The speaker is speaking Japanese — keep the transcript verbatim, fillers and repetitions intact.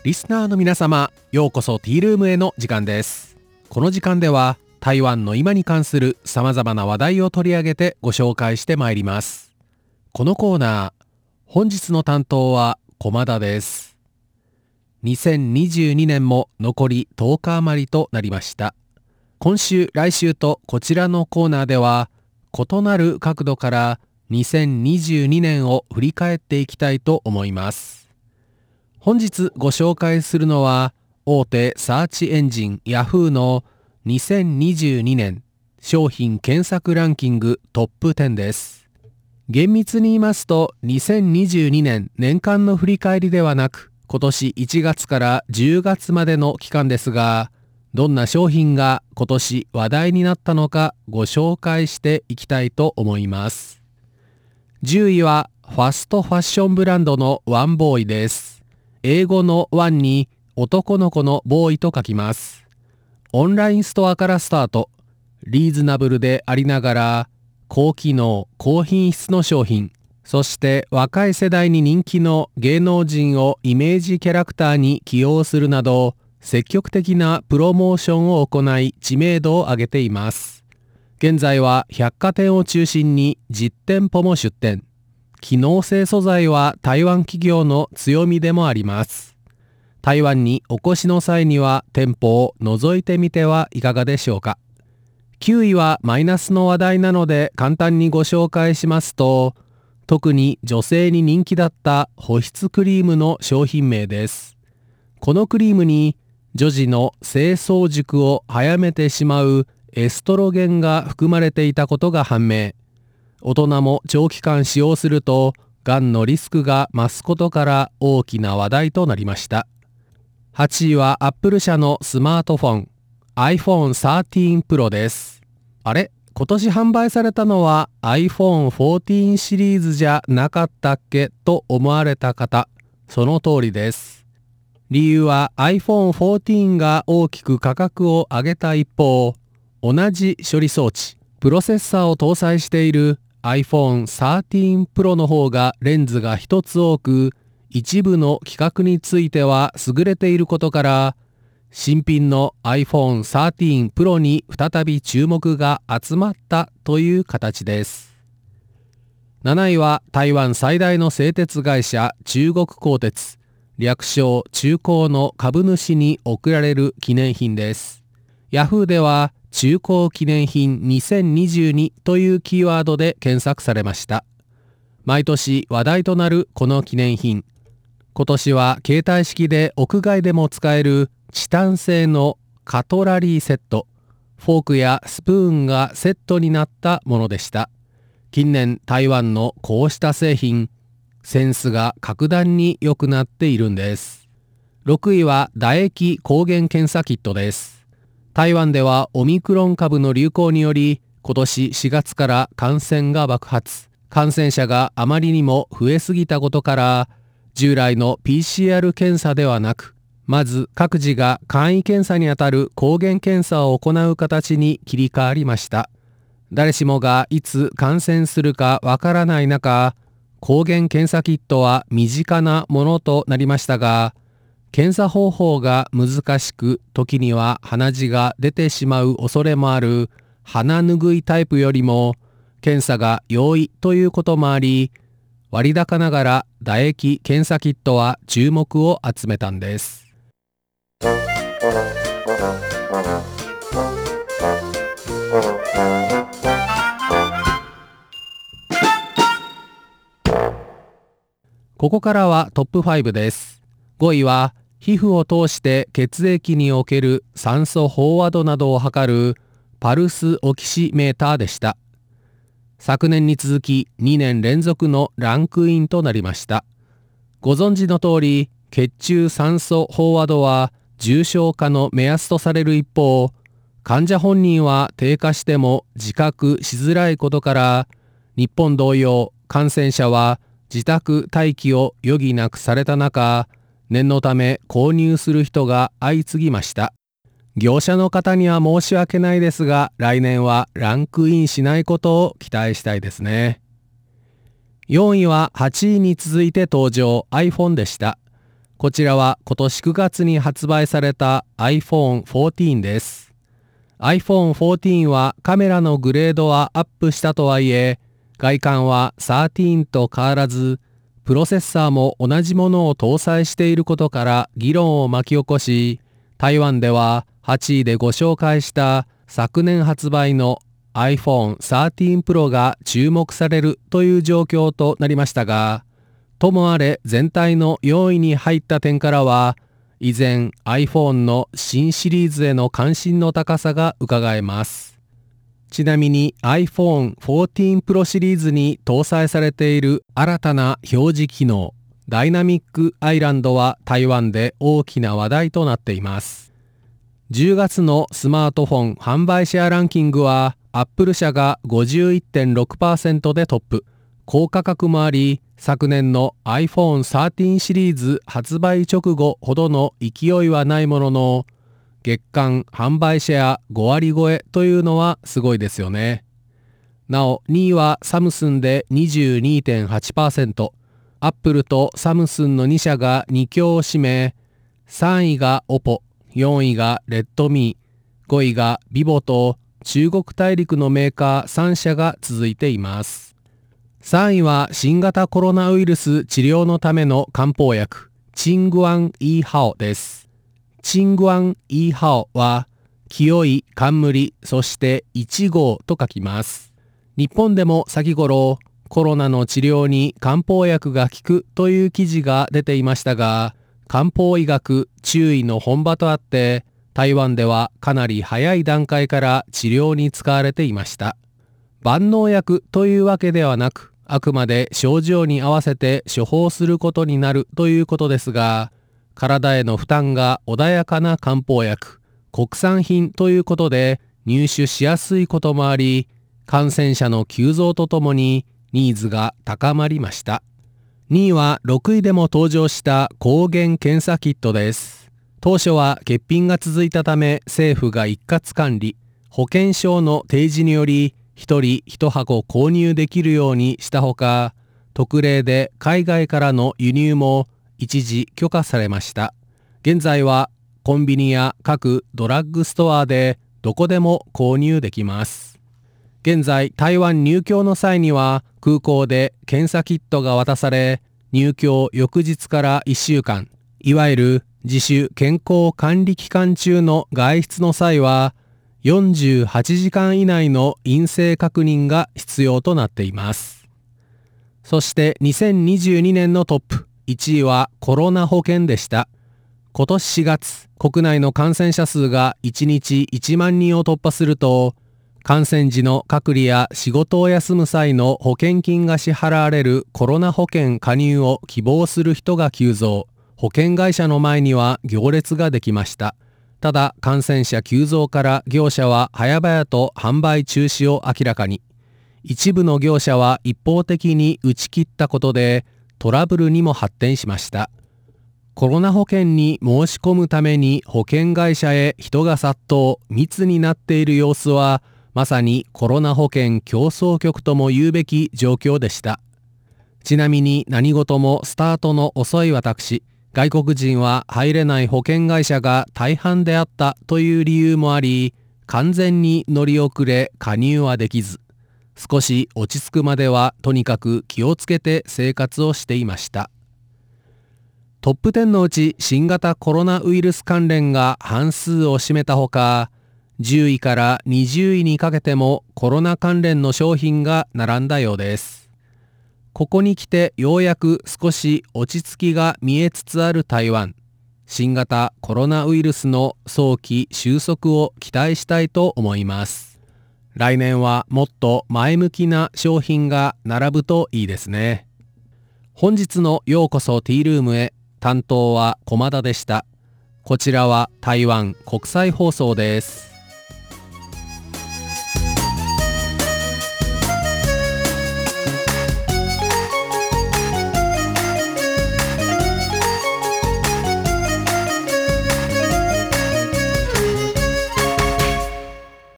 リスナーの皆様、ようこそティールームへの時間です。この時間では台湾の今に関する様々な話題を取り上げてご紹介してまいります。このコーナー、本日の担当は駒田です。にせんにじゅうにねんも残りとおか余りとなりました。今週来週とこちらのコーナーでは異なる角度からにせんにじゅうにねんを振り返っていきたいと思います。本日ご紹介するのは大手サーチエンジン Yahoo のにせんにじゅうにねん商品検索ランキングトップじゅうです。厳密に言いますとにせんにじゅうにねん年間の振り返りではなく、今年いちがつからじゅうがつまでの期間ですが、どんな商品が今年話題になったのかご紹介していきたいと思います。じゅういはファストファッションブランドのワンボーイです。英語のワンに男の子のボーイと書きます。オンラインストアからスタート。リーズナブルでありながら高機能、高品質の商品、そして若い世代に人気の芸能人をイメージキャラクターに起用するなど積極的なプロモーションを行い知名度を上げています。現在は百貨店を中心にじゅう店舗も出店。機能性素材は台湾企業の強みでもあります。台湾にお越しの際には店舗を覗いてみてはいかがでしょうか。きゅういはマイナスの話題なので簡単にご紹介しますと、特に女性に人気だった保湿クリームの商品名です。このクリームに女児の精巣熟を早めてしまうエストロゲンが含まれていたことが判明。大人も長期間使用するとがんのリスクが増すことから大きな話題となりました。はちいはアップル社のスマートフォン アイフォンサーティーンプロ です。あれ、今年販売されたのは アイフォンフォーティーン シリーズじゃなかったっけと思われた方、その通りです。理由は アイフォンフォーティーン が大きく価格を上げた一方、同じ処理装置、プロセッサーを搭載しているアイフォンサーティーンプロ の方がレンズが一つ多く、一部の規格については優れていることから、新品の アイフォンサーティーンプロ に再び注目が集まったという形です。なないは台湾最大の製鉄会社中国鋼鉄、略称中鋼の株主に贈られる記念品です。ヤフーでは中鋼記念品にせんにじゅうにというキーワードで検索されました。毎年話題となるこの記念品。今年は携帯式で屋外でも使えるチタン製のカトラリーセット、フォークやスプーンがセットになったものでした。近年台湾のこうした製品、センスが格段に良くなっているんです。ろくいは唾液抗原検査キットです。台湾ではオミクロン株の流行により今年しがつから感染が爆発。感染者があまりにも増えすぎたことから従来の ピーシーアール 検査ではなく、まず各自が簡易検査にあたる抗原検査を行う形に切り替わりました。誰しもがいつ感染するかわからない中、抗原検査キットは身近なものとなりましたが、検査方法が難しく、時には鼻血が出てしまう恐れもある鼻拭いタイプよりも検査が容易ということもあり、割高ながら唾液検査キットは注目を集めたんです。ここからはトップごです。ごいは皮膚を通して血液における酸素飽和度などを測るパルスオキシメーターでした。昨年に続きにねん連続のランクインとなりました。ご存知の通り、血中酸素飽和度は重症化の目安とされる一方、患者本人は低下しても自覚しづらいことから、日本同様感染者は自宅待機を余儀なくされた中、念のため購入する人が相次ぎました。業者の方には申し訳ないですが、来年はランクインしないことを期待したいですね。よんいははちいに続いて登場 iPhone でした。 こちらは今年くがつに発売された アイフォーンフォーティーン です。アイフォーンフォーティーン はカメラのグレードはアップしたとはいえ、外観はサーティーンと変わらず、プロセッサーも同じものを搭載していることから議論を巻き起こし、台湾でははちいでご紹介した昨年発売の アイフォーンサーティーン プロが注目されるという状況となりましたが、ともあれ全体のよんいに入った点からは、依然 アイフォーン の新シリーズへの関心の高さがうかがえます。ちなみに アイフォーンフォーティーン プロシリーズに搭載されている新たな表示機能、ダイナミックアイランドは台湾で大きな話題となっています。じゅうがつのスマートフォン販売シェアランキングは、アップル社が ごじゅういってんろくパーセント でトップ。高価格もあり、昨年の アイフォーンサーティーン シリーズ発売直後ほどの勢いはないものの、月間販売シェアごわり超えというのはすごいですよね。なおにいはサムスンで にじゅうにてんはちパーセント、アップルとサムスンのに社がに強を占め、さんいがオポ、よんいがレッドミー、ごいがビボと中国大陸のメーカーさん社が続いています。さんいは新型コロナウイルス治療のための漢方薬、チングアンイーハオです。チングアンイーハオは、清い冠、そしていち号と書きます。日本でも先頃、コロナの治療に漢方薬が効くという記事が出ていましたが、漢方医学中医の本場とあって、台湾ではかなり早い段階から治療に使われていました。万能薬というわけではなく、あくまで症状に合わせて処方することになるということですが、体への負担が穏やかな漢方薬、国産品ということで入手しやすいこともあり、感染者の急増とともにニーズが高まりました。にいはろくいでも登場した抗原検査キットです。当初は欠品が続いたため政府が一括管理、保険証の提示によりひとりいち箱購入できるようにしたほか、特例で海外からの輸入も一時許可されました。現在はコンビニや各ドラッグストアでどこでも購入できます。現在台湾入境の際には空港で検査キットが渡され、入境翌日からいっしゅうかん、いわゆる自主健康管理期間中の外出の際はよんじゅうはちじかん以内の陰性確認が必要となっています。そしてにせんにじゅうにねんのトップいちいはコロナ保険でした。今年しがつ、国内の感染者数がいちにちいちまんにんを突破すると、感染時の隔離や仕事を休む際の保険金が支払われるコロナ保険加入を希望する人が急増。保険会社の前には行列ができました。ただ感染者急増から業者は早々と販売中止を明らかに。一部の業者は一方的に打ち切ったことでトラブルにも発展しました。コロナ保険に申し込むために保険会社へ人が殺到、密になっている様子はまさにコロナ保険競争局とも言うべき状況でした。ちなみに何事もスタートの遅い私、外国人は入れない保険会社が大半であったという理由もあり、完全に乗り遅れ加入はできず、少し落ち着くまではとにかく気をつけて生活をしていました。トップじゅうのうち新型コロナウイルス関連が半数を占めたほか、じゅういからにじゅういにかけてもコロナ関連の商品が並んだようです。ここに来てようやく少し落ち着きが見えつつある台湾。新型コロナウイルスの早期収束を期待したいと思います。来年はもっと前向きな商品が並ぶといいですね。本日のようこそティールームへ、担当は駒田でした。こちらは台湾国際放送です。